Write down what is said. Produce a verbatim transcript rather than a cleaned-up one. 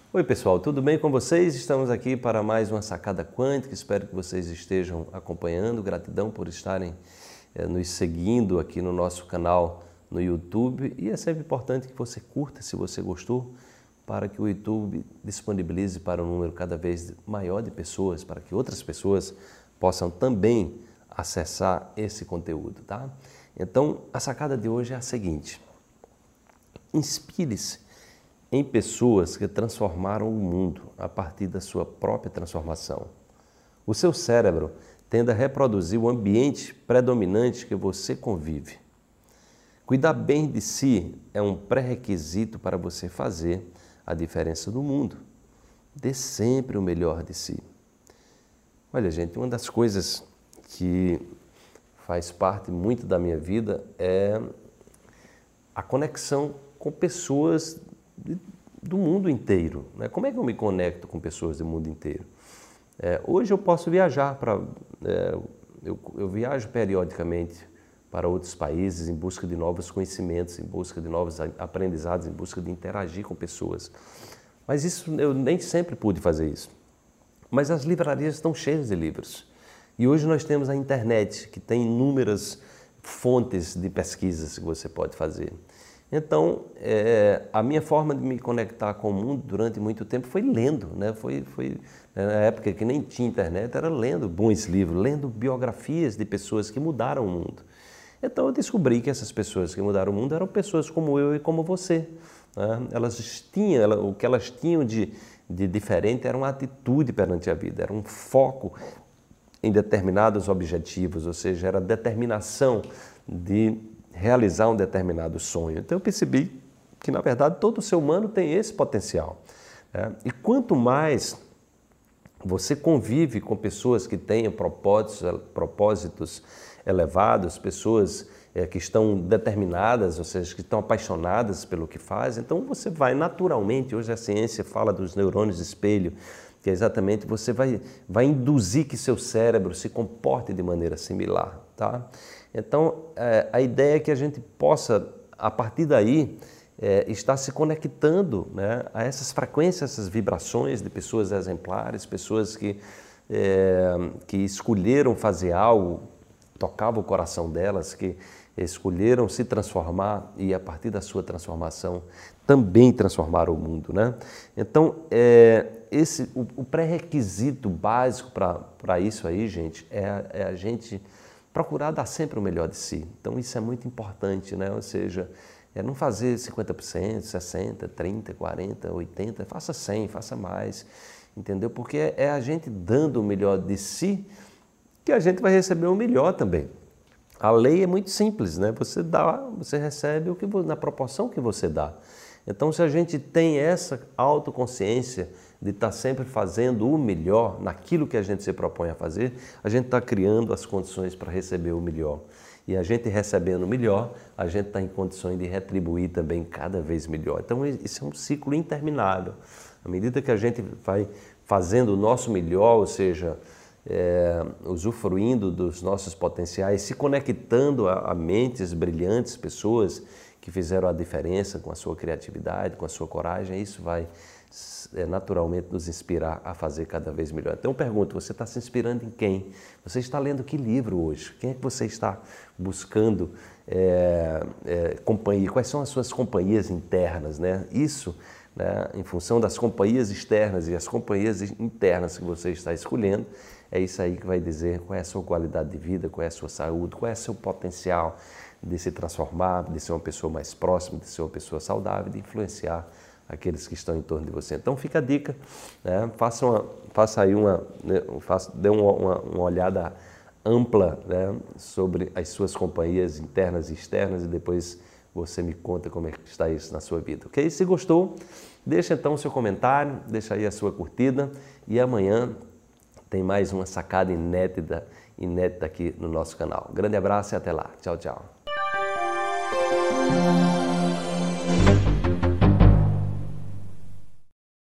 Oi pessoal, tudo bem com vocês? Estamos aqui para mais uma Sacada Quântica, espero que vocês estejam acompanhando, gratidão por estarem é, nos seguindo aqui no nosso canal no YouTube e é sempre importante que você curta se você gostou, para que o YouTube disponibilize para um número cada vez maior de pessoas, para que outras pessoas possam também acessar esse conteúdo, tá? Então, a sacada de hoje é a seguinte: inspire-se em pessoas que transformaram o mundo a partir da sua própria transformação. O seu cérebro tende a reproduzir o ambiente predominante que você convive. Cuidar bem de si é um pré-requisito para você fazer a diferença no mundo. Dê sempre o melhor de si. Olha, gente, uma das coisas que faz parte muito da minha vida é a conexão com pessoas do mundo inteiro, né? Como é que eu me conecto com pessoas do mundo inteiro? É, hoje eu posso viajar para, é, eu, eu viajo periodicamente para outros países em busca de novos conhecimentos, em busca de novos aprendizados, em busca de interagir com pessoas. Mas isso eu nem sempre pude fazer isso. Mas as livrarias estão cheias de livros. E hoje nós temos a internet, que tem inúmeras fontes de pesquisas que você pode fazer. Então, é, a minha forma de me conectar com o mundo durante muito tempo foi lendo, né? Foi, foi na época que nem tinha internet, era lendo bons livros, lendo biografias de pessoas que mudaram o mundo. Então eu descobri que essas pessoas que mudaram o mundo eram pessoas como eu e como você, né? Elas tinham, ela, o que elas tinham de, de diferente era uma atitude perante a vida, era um foco em determinados objetivos, ou seja, era a determinação de realizar um determinado sonho. Então eu percebi que, na verdade, todo ser humano tem esse potencial, né? E quanto mais você convive com pessoas que tenham propósitos, propósitos elevados, pessoas é, que estão determinadas, ou seja, que estão apaixonadas pelo que fazem, então você vai naturalmente, hoje a ciência fala dos neurônios espelho, que é exatamente você vai, vai induzir que seu cérebro se comporte de maneira similar, tá? Então, é, a ideia é que a gente possa, a partir daí, é, estar se conectando, né, a essas frequências, essas vibrações de pessoas exemplares, pessoas que, é, que escolheram fazer algo, tocava o coração delas, que escolheram se transformar e, a partir da sua transformação, também transformaram o mundo, né? Então, é, esse, o, o pré-requisito básico para isso aí, gente, é, é a gente procurar dar sempre o melhor de si. Então isso é muito importante, né? Ou seja, é não fazer cinquenta por cento, sessenta por cento, trinta por cento, quarenta por cento, oitenta por cento, faça cem por cento, faça mais, entendeu? Porque é, é a gente dando o melhor de si que a gente vai receber o melhor também. A lei é muito simples, né? Você dá, você recebe o que na proporção que você dá. Então, se a gente tem essa autoconsciência de estar sempre fazendo o melhor naquilo que a gente se propõe a fazer, a gente está criando as condições para receber o melhor. E a gente recebendo o melhor, a gente está em condições de retribuir também cada vez melhor. Então, isso é um ciclo interminável. À medida que a gente vai fazendo o nosso melhor, ou seja, é, usufruindo dos nossos potenciais, se conectando a, a mentes brilhantes, pessoas que fizeram a diferença com a sua criatividade, com a sua coragem, isso vai é, naturalmente nos inspirar a fazer cada vez melhor. Então eu pergunto, você está se inspirando em quem? Você está lendo que livro hoje? Quem é que você está buscando é, é, companhia? Quais são as suas companhias internas, né? Isso, né, em função das companhias externas e as companhias internas que você está escolhendo, é isso aí que vai dizer qual é a sua qualidade de vida, qual é a sua saúde, qual é o seu potencial de se transformar, de ser uma pessoa mais próxima, de ser uma pessoa saudável, de influenciar aqueles que estão em torno de você. Então fica a dica, né? Faça, uma, faça aí uma, né? faça, dê uma, uma, uma olhada ampla, né, sobre as suas companhias internas e externas e depois você me conta como é que está isso na sua vida, ok? Se gostou, deixa então o seu comentário, deixa aí a sua curtida e amanhã tem mais uma sacada inédita, inédita aqui no nosso canal. Grande abraço e até lá. Tchau, tchau.